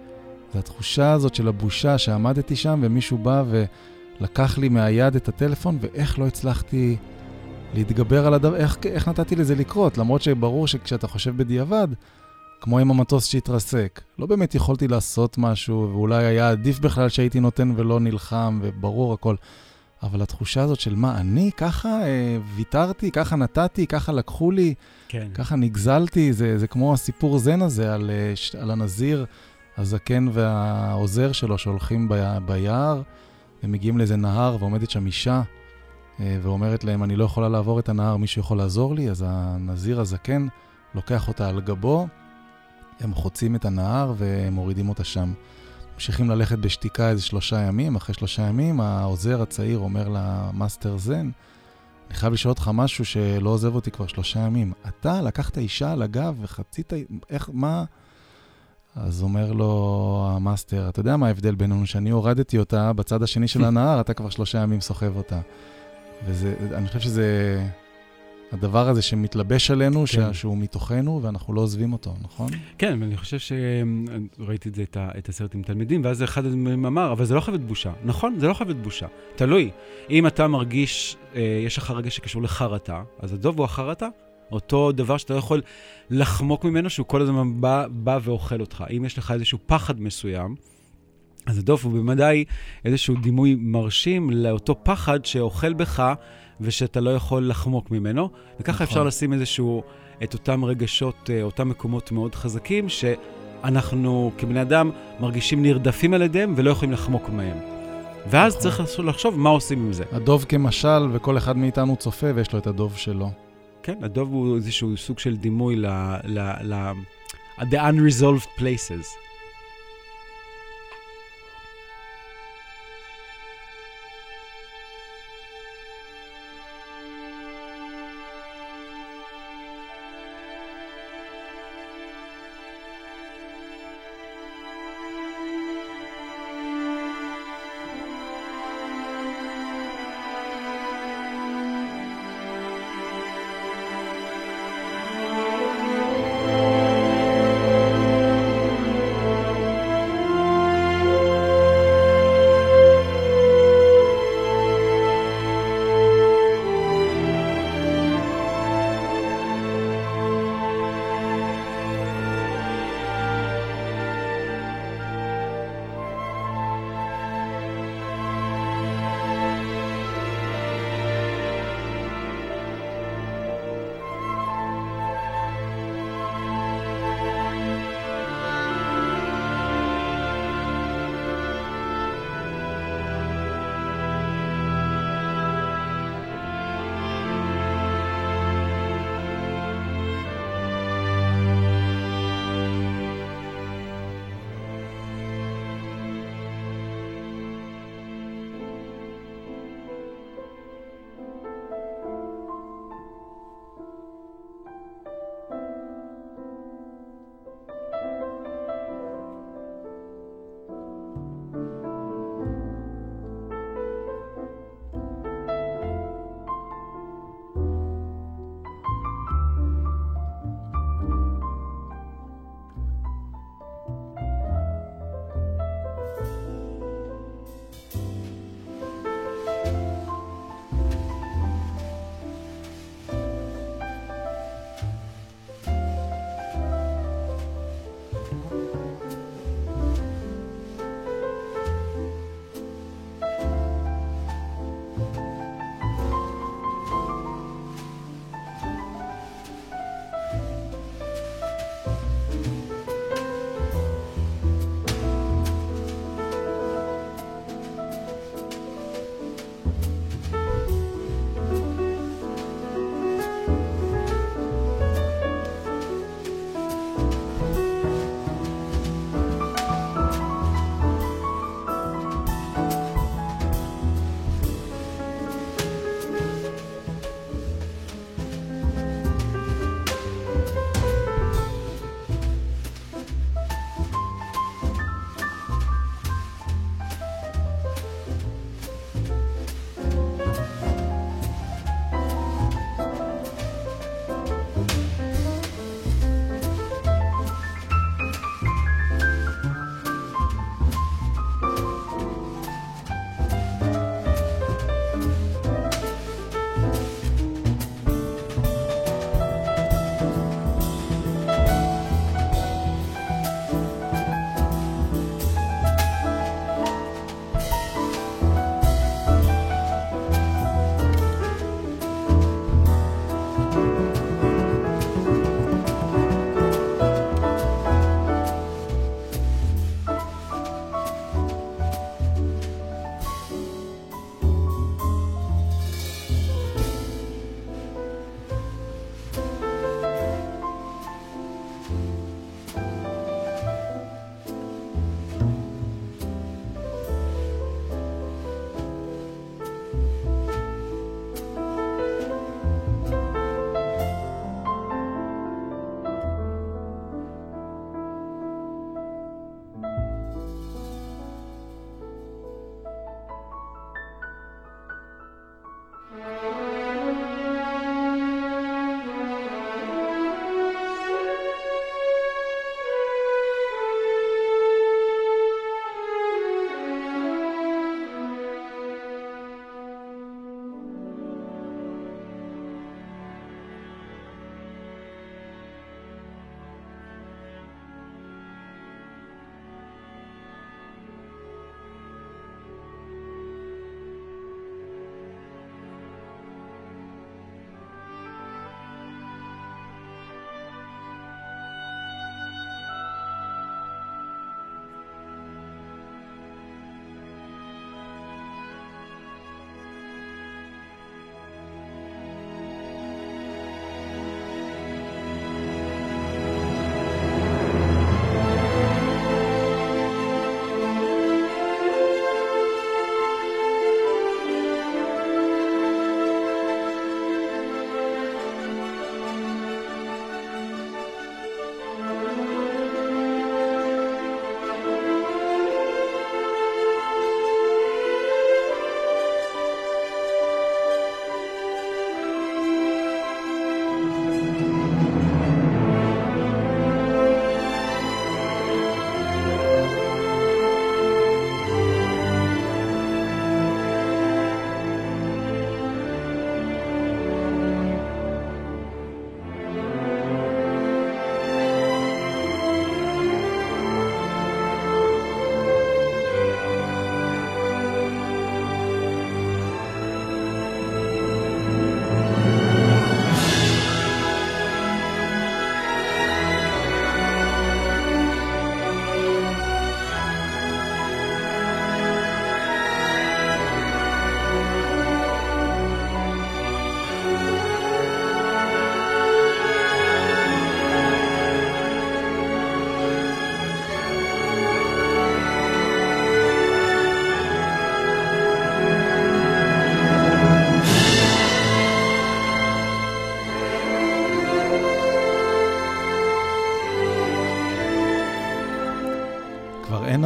[SPEAKER 2] זה התחושה הזאת של הבושה שעמדתי שם, ומישהו בא ולקח לי מהיד את הטלפון, ואיך לא הצלחתי להתגבר על הדבר, איך נתתי לזה לקרות, למרות שברור שכשאתה חושב בדיעבד, כמו עם המטוס שהתרסק, לא באמת יכולתי לעשות משהו, ואולי היה עדיף בכלל שהייתי נותן ולא נלחם, וברור הכל. אבל התחושה הזאת של מה, אני ככה ויתרתי, ככה נתתי, ככה לקחו לי,
[SPEAKER 3] כן.
[SPEAKER 2] ככה נגזלתי, זה כמו הסיפור זן הזה על הנזיר, הזקן והעוזר שלו שהולכים ביער, הם מגיעים לאיזה נהר ועומדת שם אישה, ואומרת להם, אני לא יכולה לעבור את הנהר, מישהו יכול לעזור לי? אז הנזיר הזקן לוקח אותה על גבו, הם חוצים את הנהר ומורידים אותה שם. ממשיכים ללכת בשתיקה איזה 3 ימים, אחרי 3 ימים העוזר הצעיר אומר למאסטר זן, אני חייב לשאול אותך משהו שלא עוזב אותי כבר 3 ימים. אתה לקחת אישה על הגב וחצית, איך, מה? אז אומר לו המאסטר, אתה יודע מה ההבדל בינינו? שאני הורדתי אותה בצד השני של הנהר, אתה כבר 3 ימים סוחב אותה. ואני חושב שזה הדבר הזה שמתלבש עלינו,
[SPEAKER 3] כן.
[SPEAKER 2] שהוא מתוכנו, ואנחנו לא עוזבים אותו, נכון?
[SPEAKER 3] כן, ואני חושב שראיתי את זה, את הסרט עם תלמידים, ואז אחד מהם אמר, אבל זה לא חייבת בושה. נכון, זה לא חייבת בושה. תלוי. אם אתה מרגיש, יש לך רגע שקשור לחרטה, אז הדוב הוא החרטה, אותו דבר שאתה לא יכול לחמוק ממנו, שהוא כל הזמן בא ואוכל אותך. אם יש לך איזשהו פחד מסוים, אז הדוב הוא במדי איזשהו דימוי מרשים לאותו פחד שאוכל בך, ושאתה לא יכול לחמוק ממנו. וככה אפשר לשים איזשהו, את אותם רגשות, אותם מקומות מאוד חזקים, שאנחנו כבני אדם מרגישים נרדפים על ידיהם, ולא יכולים לחמוק מהם. ואז צריך לחשוב מה עושים עם זה.
[SPEAKER 2] הדוב כמשל, וכל אחד מאיתנו צופה, ויש לו את הדוב שלו.
[SPEAKER 3] כן, הדוב הוא איזשהו סוג של דימוי the unresolved places.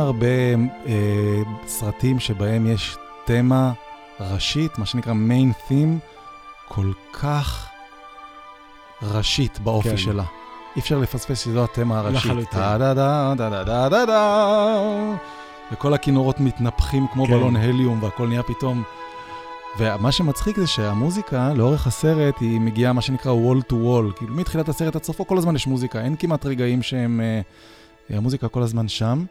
[SPEAKER 2] הרבה סרטים שבהם יש תמה ראשית, מה שנקרא main theme, כל כך ראשית באופי שלה. אי אפשר לפספס שזו התמה הראשית. וכל הכינורות מתנפחים כמו בלון הליום, והכל נהיה פתאום. ומה שמצחיק זה שהמוזיקה, לאורך הסרט, היא מגיעה מה שנקרא wall to wall. כאילו מתחילת הסרט עד סופו, כל הזמן יש מוזיקה. אין כמעט רגעים שהם... המוזיקה כל הזמן שם.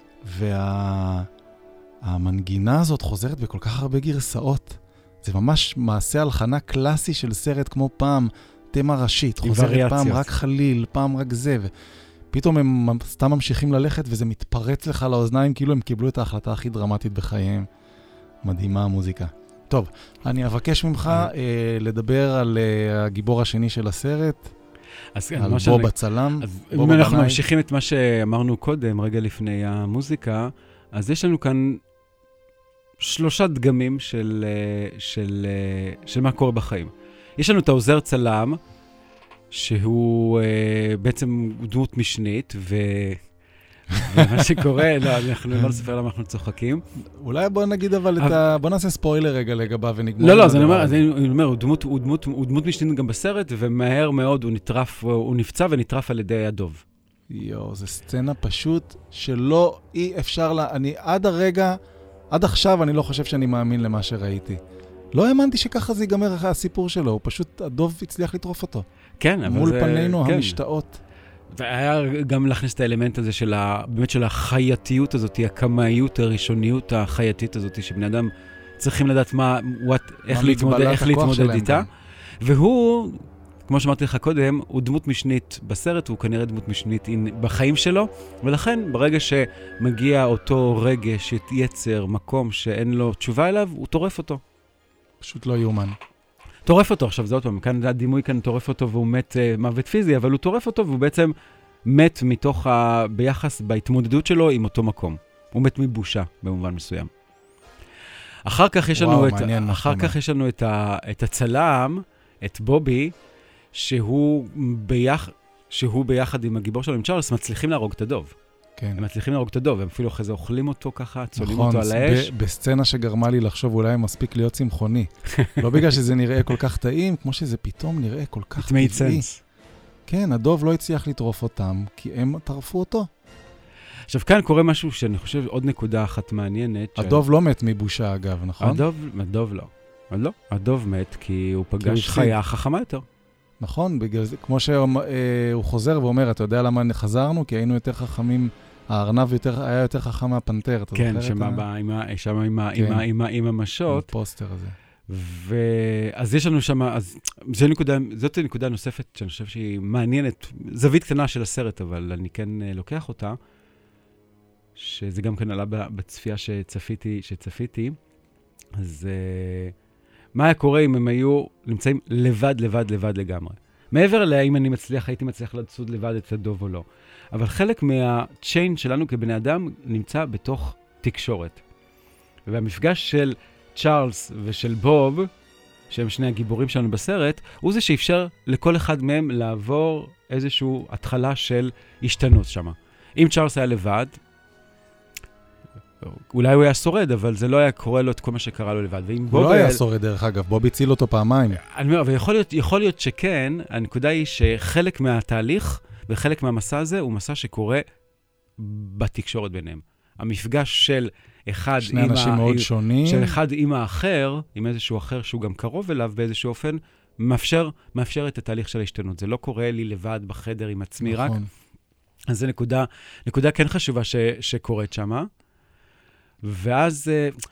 [SPEAKER 2] והמנגינה הזאת חוזרת בכל כך הרבה גרסאות. זה ממש מעשה הלחנה קלאסי של סרט כמו פעם, תמה ראשית. חוזרת פעם רק חליל, פעם רק זה. פתאום הם סתם ממשיכים ללכת, וזה מתפרץ לך לאוזניים, כאילו הם קיבלו את ההחלטה הכי דרמטית בחייהם. מדהימה המוזיקה. טוב, אני אבקש ממך לדבר על הגיבור השני של הסרט, על בוב הצלם.
[SPEAKER 3] אם אנחנו ממשיכים את מה שאמרנו קודם, רגע לפני המוזיקה, אז יש לנו כאן 3 דגמים של מה קורה בחיים. יש לנו את העוזר צלם, שהוא בעצם דמות משנית, ומה שקורה, לא, אנחנו לא נספר למה אנחנו צוחקים.
[SPEAKER 2] אולי בוא נגיד אבל בוא נעשה ספוילר רגע לגביו ונגמור.
[SPEAKER 3] לא, אז אני אומר, הוא דמות משנית גם בסרט, ומהר מאוד הוא נפצע ונטרף על ידי הדוב.
[SPEAKER 2] זו סצנה פשוט שלא אי אפשר אני עד עכשיו אני לא חושב שאני מאמין למה שראיתי. לא האמנתי שככה זה ייגמר אחרי הסיפור שלו, הוא פשוט, הדוב הצליח לטרוף אותו.
[SPEAKER 3] כן, אבל
[SPEAKER 2] מול פנינו המשתאות.
[SPEAKER 3] והיה גם להכניס את האלמנט הזה באמת של החייתיות הזאת, הקמאיות, הראשוניות החייתית הזאת, שבני אדם צריכים לדעת איך להתמודד איתה. והוא, כמו שאמרתי לך קודם, הוא דמות משנית בסרט, הוא כנראה דמות משנית בחיים שלו, ולכן ברגע שמגיע אותו רגש, יצר, מקום שאין לו תשובה אליו, הוא טורף אותו.
[SPEAKER 2] פשוט לא יאומן.
[SPEAKER 3] טורף אותו, עכשיו זה עוד פעם, כאן הדימוי כאן טורף אותו והוא מת מוות פיזי, אבל הוא טורף אותו והוא בעצם מת מתוך ביחס, בהתמודדות שלו עם אותו מקום. הוא מת מבושה במובן מסוים. אחר כך יש לנו את הצלם, את בובי, שהוא ביחד עם הגיבור שלו, עם צ'ארלס, מצליחים להרוג את הדוב.
[SPEAKER 2] כן.
[SPEAKER 3] הם מצליחים להרוג את הדוב, הם אפילו אחרי זה אוכלים אותו ככה, צולים אותו על האש.
[SPEAKER 2] בסצנה שגרמה לי לחשוב אולי מספיק להיות צמחוני. לא בגלל שזה נראה כל כך טעים, כמו שזה פתאום נראה כל כך טבעי. כן, הדוב לא הצליח לטרוף אותם, כי הם טרפו אותו.
[SPEAKER 3] עכשיו, כאן קורה משהו שאני חושב עוד נקודה אחת מעניינת.
[SPEAKER 2] הדוב לא מת מבושה, אגב, נכון?
[SPEAKER 3] הדוב לא. הדוב מת כי הוא פגש חיה חכמה יותר.
[SPEAKER 2] נכון, בגלל זה, כמו שהוא חוזר ואומר, אתה יודע למה חזרנו? כי היינו יותר חכמים, הארנב היה יותר חכם מהפנתר.
[SPEAKER 3] כן, שם עם המשות.
[SPEAKER 2] הפוסטר הזה.
[SPEAKER 3] אז יש לנו שם, זאת נקודה נוספת שאני חושב שהיא מעניינת, זווית קטנה של הסרט, אבל אני כן לוקח אותה, שזה גם כן עלה בצפייה שצפיתי, אז מה היה קורה אם הם היו נמצאים לבד לגמרי? מעבר לאם הייתי מצליח לצוד לבד את הדוב או לא. אבל חלק מהצ'יין שלנו כבני אדם נמצא בתוך תקשורת. והמפגש של צ'ארלס ושל בוב, שהם שני הגיבורים שלנו בסרט, הוא זה שאפשר לכל אחד מהם לעבור איזושהי התחלה של השתנות שם. אם צ'ארלס היה לבד, אולי הוא היה שורד, אבל זה לא היה קורה לו את כל מה שקרה לו לבד.
[SPEAKER 2] הוא לא היה שורד דרך אגב, בוב הציל אותו פעמיים.
[SPEAKER 3] אני אומר, אבל יכול להיות שכן, הנקודה היא שחלק מהתהליך וחלק מהמסע הזה הוא מסע שקורה בתקשורת ביניהם. המפגש של אחד
[SPEAKER 2] שני אנשים מאוד שונים.
[SPEAKER 3] של אחד עם האחר, עם איזשהו אחר שהוא גם קרוב אליו באיזשהו אופן, מאפשר את התהליך של ההשתנות. זה לא קורה לי לבד בחדר עם עצמי נכון. רק. אז זו נקודה כן חשובה שקורית שמה. ואז,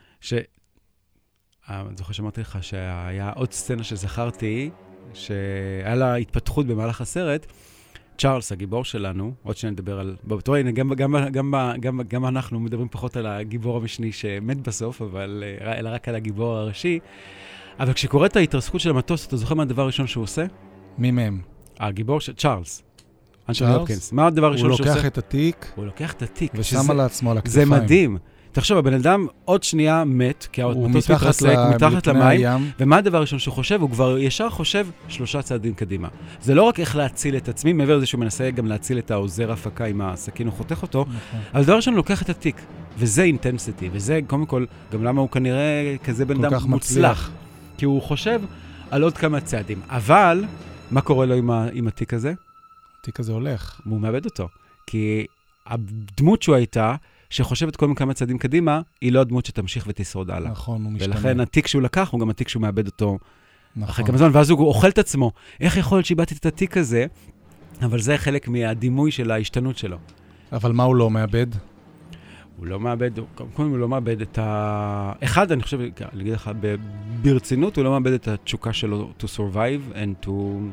[SPEAKER 3] אני זוכר שאמרתי לך שהיה עוד סצנה שזכרתי, שהיה לה התפתחות במהלך הסרט, צ'ארלס, הגיבור שלנו, עוד שנדבר על... תראי, גם אנחנו מדברים פחות על הגיבור המשני שמת בסוף, אלא רק על הגיבור הראשי. אבל כשקוראת ההתרסקות של המטוס, אתה זוכר מה הדבר הראשון שהוא עושה?
[SPEAKER 2] מי מהם?
[SPEAKER 3] הגיבור של צ'ארלס. מה הדבר הראשון שהוא עושה?
[SPEAKER 2] הוא לוקח את התיק.
[SPEAKER 3] הוא לוקח את התיק.
[SPEAKER 2] ושם על עצמו על הכתפיים.
[SPEAKER 3] זה מדהים. תחשוב, הבן אדם עוד שנייה מת, כי המטוס מתרסק מתחת למים, ומה הדבר הראשון שהוא חושב? הוא כבר ישר חושב 3 צעדים קדימה. זה לא רק איך להציל את עצמי, מעבר לזה שהוא מנסה גם להציל את העוזר ההפקה עם הסכין, הוא חותך אותו, אבל דבר ראשון הוא לוקח את התיק, וזה אינטנסיטי, וזה קודם כל, גם למה הוא כנראה כזה בן אדם מוצלח, כי הוא חושב על עוד כמה צעדים. אבל, מה קורה לו עם התיק הזה?
[SPEAKER 2] התיק הזה הולך.
[SPEAKER 3] הוא מאבד אותו, כי הדמות שהוא הייתה, שחושבת כל כמה צעדים קדימה, היא לא הדמות שתמשיך ותשרוד הלאה.
[SPEAKER 2] נכון, הוא משתנה.
[SPEAKER 3] ולכן התיק שהוא לקח, הוא גם התיק שהוא מאבד אותו אחרי כמה זמן, ואז הוא אוכל את עצמו. איך יכול להיות שאיבדתי את התיק הזה? אבל זה חלק מהדימוי של ההשתנות שלו.
[SPEAKER 2] אבל מה הוא לא מאבד?
[SPEAKER 3] הוא לא מאבד, קודם הוא לא מאבד את אחד, אני חושב, להגיד לך, ברצינות, הוא לא מאבד את התשוקה שלו to survive and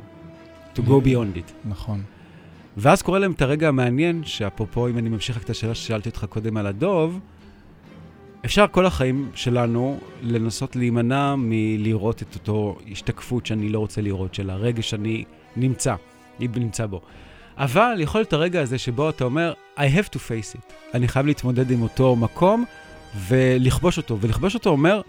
[SPEAKER 3] to go beyond it.
[SPEAKER 2] נכון.
[SPEAKER 3] ואז קורא להם את הרגע המעניין, שאפרופו, אם אני ממשיך רק את השאלה ששאלתי אותך קודם על הדוב, אפשר כל החיים שלנו לנסות להימנע מלראות את אותו השתקפות שאני לא רוצה לראות, של הרגע שאני נמצא בו. אבל יכול להיות הרגע הזה שבו אתה אומר, I have to face it. אני חייב להתמודד עם אותו מקום ולכבוש אותו. ולכבוש אותו אומר,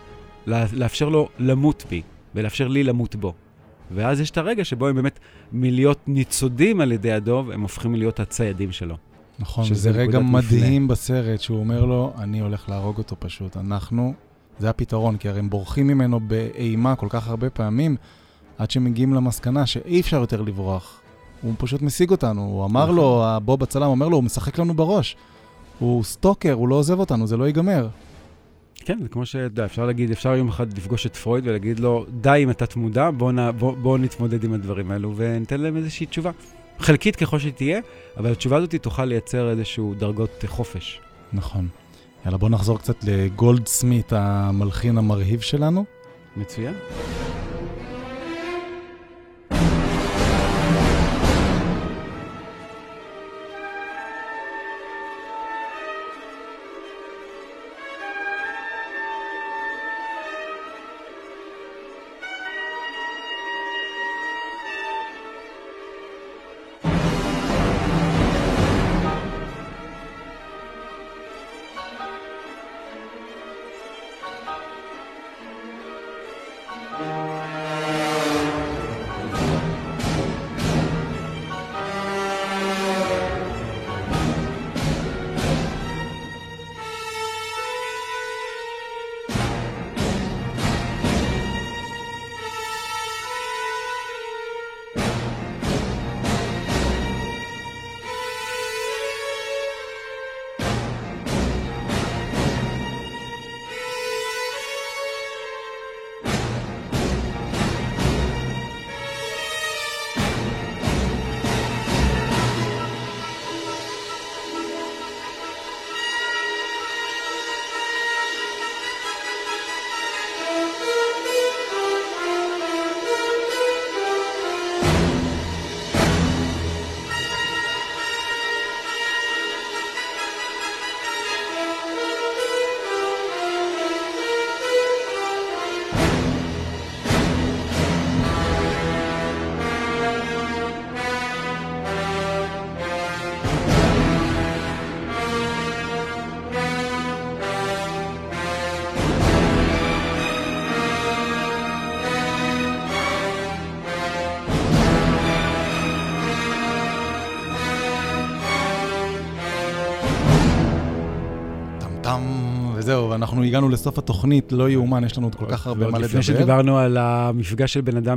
[SPEAKER 3] לאפשר לו למות בי, ולאפשר לי למות בו. ואז יש את הרגע שבו הם באמת מלהיות ניצודים על ידי הדוב, הם הופכים להיות הציידים שלו.
[SPEAKER 2] נכון, וזה רגע מדהים בסרט, שהוא אומר לו, אני הולך להרוג אותו פשוט. זה הפתרון, כי הרי הם בורחים ממנו באימה כל כך הרבה פעמים, עד שמגיעים למסקנה שאי אפשר יותר לברוח. הוא פשוט משיג אותנו, הוא אמר לו, בוב הצלם אומר לו, הוא משחק לנו בראש. הוא סטוקר, הוא לא עוזב אותנו, זה לא ייגמר.
[SPEAKER 3] כן, זה כמו אפשר להגיד, אפשר יום אחד לפגוש את פרויד ולהגיד לו, די אם אתה תמודע, בוא נתמודד עם הדברים האלו וניתן להם איזושהי תשובה. חלקית ככל שתהיה, אבל התשובה הזאת תוכל לייצר איזשהו דרגות חופש.
[SPEAKER 2] נכון. יאללה, בוא נחזור קצת לגולדסמית, המלחין המרהיב שלנו.
[SPEAKER 3] מצוין.
[SPEAKER 2] וזהו, ואנחנו הגענו לסוף התוכנית, לא יאומן, יש לנו עוד כל כך הרבה מה לדבר.
[SPEAKER 3] לפני שדיברנו על המפגש של בן אדם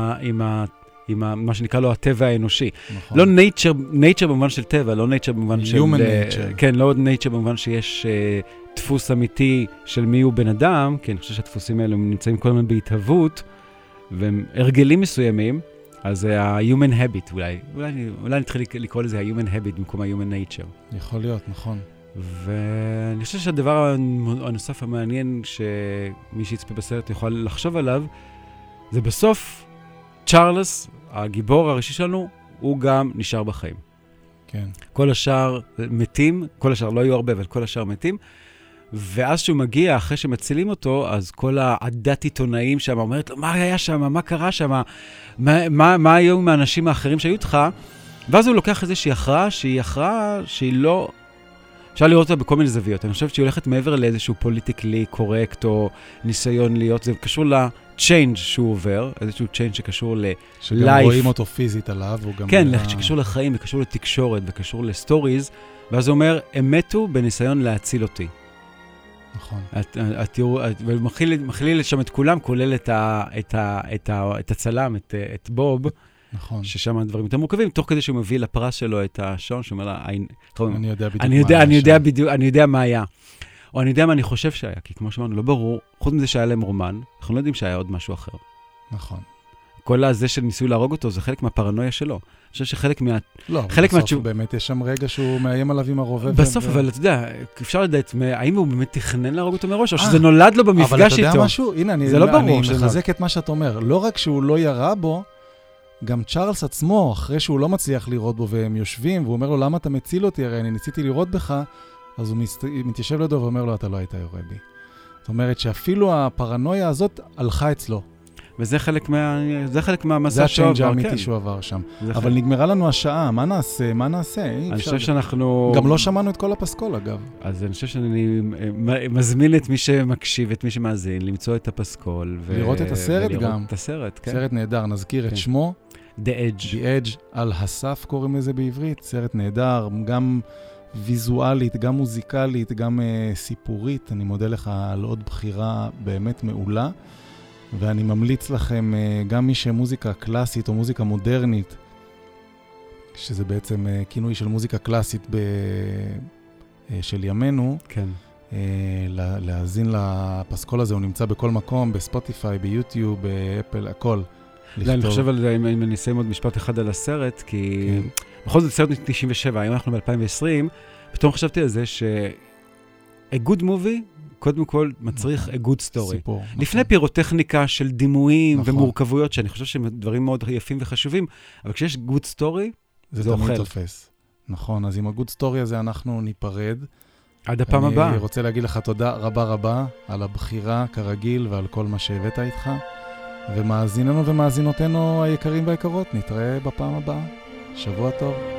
[SPEAKER 3] עם מה שנקרא לו הטבע האנושי. לא nature במובן של טבע, לא nature במובן של...
[SPEAKER 2] human nature.
[SPEAKER 3] כן, לא nature במובן שיש דפוס אמיתי של מי הוא בן אדם, כי אני חושב שהדפוסים האלה נמצאים כל הזמן בהתהוות, והם הרגלים מסוימים, אז זה ה-human habit, אולי נתחיל לקרוא לזה ה-human habit במקום ה-human nature.
[SPEAKER 2] יכול להיות, נכון.
[SPEAKER 3] ואני חושב שהדבר הנוסף המעניין שמי שיצפה בסרט יכול לחשוב עליו, זה בסוף צ'ארלס, הגיבור הראשי שלנו, הוא גם נשאר בחיים.
[SPEAKER 2] כן.
[SPEAKER 3] כל השאר מתים, כל השאר לא היו הרבה, אבל כל השאר מתים, ואז שהוא מגיע, אחרי שמצילים אותו, אז כל העדת עיתונאים שם אומרת לו, מה היה שם, מה קרה שם, מה היו עם האנשים האחרים שהיו איתך, ואז הוא לוקח איזושהי הכרעה, שהיא הכרעה אפשר לראות אותה בכל מיני זוויות. אני חושבת שהיא הולכת מעבר לאיזשהו פוליטיקלי קורקט, או ניסיון להיות, זה קשור ל-change שהוא עובר, איזשהו change שקשור ל-life.
[SPEAKER 2] שגם רואים אותו פיזית עליו,
[SPEAKER 3] כן, שקשור לחיים, וקשור לתקשורת, וקשור לסטוריז, ואז הוא אומר, הם מתו בניסיון להציל אותי.
[SPEAKER 2] נכון.
[SPEAKER 3] ומכליל שם את כולם, כולל את הצלם, את בוב,
[SPEAKER 2] נכון.
[SPEAKER 3] ששם הדברים יותר מורכבים, תוך כדי שהוא מביא לפרס שלו את השעון, שהוא אומר לה, אני יודע מה היה. או אני יודע מה אני חושב שהיה, כי כמו שאמרנו, לא ברור, חוץ מזה שהיה להם רומן, אנחנו לא יודעים שהיה עוד משהו אחר.
[SPEAKER 2] נכון.
[SPEAKER 3] כל הזה של ניסוי להרוג אותו, זה חלק מהפרנויה שלו. אני חושב שחלק
[SPEAKER 2] לא, בסוף באמת יש שם רגע שהוא מאיים עליו עם הרובה.
[SPEAKER 3] בסוף, אבל אתה יודע, אפשר לדעת, האם הוא באמת תכנן להרוג אותו מראש, או שזה נולד לו במפגש איתו. אבל אתה
[SPEAKER 2] יודע משהו? הנה, אני מחזק את מה שאת אומר. לא רק שהוא לא ירה בו, גם צ'ארלס עצמו, אחרי שהוא לא מצליח לראות בו, והם יושבים, והוא אומר לו, למה אתה מציל אותי? הרי אני ניסיתי לראות בך, אז הוא מתיישב לידו ואומר לו, אתה לא היית יורה בי. זאת אומרת שאפילו הפרנויה הזאת הלכה אצלו.
[SPEAKER 3] וזה חלק מהמסע
[SPEAKER 2] זה הצ'יינג' האמיתי שהוא עבר שם. אבל נגמרה לנו השעה, מה נעשה?
[SPEAKER 3] אני חושב שאנחנו...
[SPEAKER 2] גם לא שמענו את כל הפסקול, אגב.
[SPEAKER 3] אז אני חושב שאני מזמין את מי שמקשיב, את מי שמאזין, למצוא את הפסקול.
[SPEAKER 2] לראות את הסרט גם.
[SPEAKER 3] לראות את הסרט, כן.
[SPEAKER 2] סרט נהדר, נזכיר את שמו.
[SPEAKER 3] The Edge.
[SPEAKER 2] The Edge, על הסף קוראים לזה בעברית. סרט נהדר, גם ויזואלית, גם מוזיקלית, גם סיפורית. אני מודה לך על עוד בחירה באמת מעולה. ואני ממליץ לכם, גם מי שמוזיקה קלאסית או מוזיקה מודרנית, שזה בעצם כינוי של מוזיקה קלאסית של ימינו,
[SPEAKER 3] כן.
[SPEAKER 2] להאזין לפסקול הזה, הוא נמצא בכל מקום, בספוטיפיי, ביוטיוב, באפל, הכל.
[SPEAKER 3] אני חושב על זה, אם אני אסיים עוד משפט אחד על הסרט, כי בכל זאת סרט 97, היום אנחנו ב-2020, פתאום חשבתי על זה a good movie, קודם כל מצריך a good story.
[SPEAKER 2] סיפור.
[SPEAKER 3] לפני פירוטכניקה של דימויים ומורכבויות, שאני חושב שהם דברים מאוד יפים וחשובים, אבל כשיש good story, זה אוכל.
[SPEAKER 2] תמיד תופס. נכון, אז עם ה-good story הזה אנחנו ניפרד.
[SPEAKER 3] עד הפעם הבאה.
[SPEAKER 2] אני רוצה להגיד לך תודה רבה על הבחירה כרגיל ועל כל מה שהבאת איתך. ומאזיננו ומאזינותינו היקרים והיקרות, נתראה בפעם הבאה. שבוע טוב.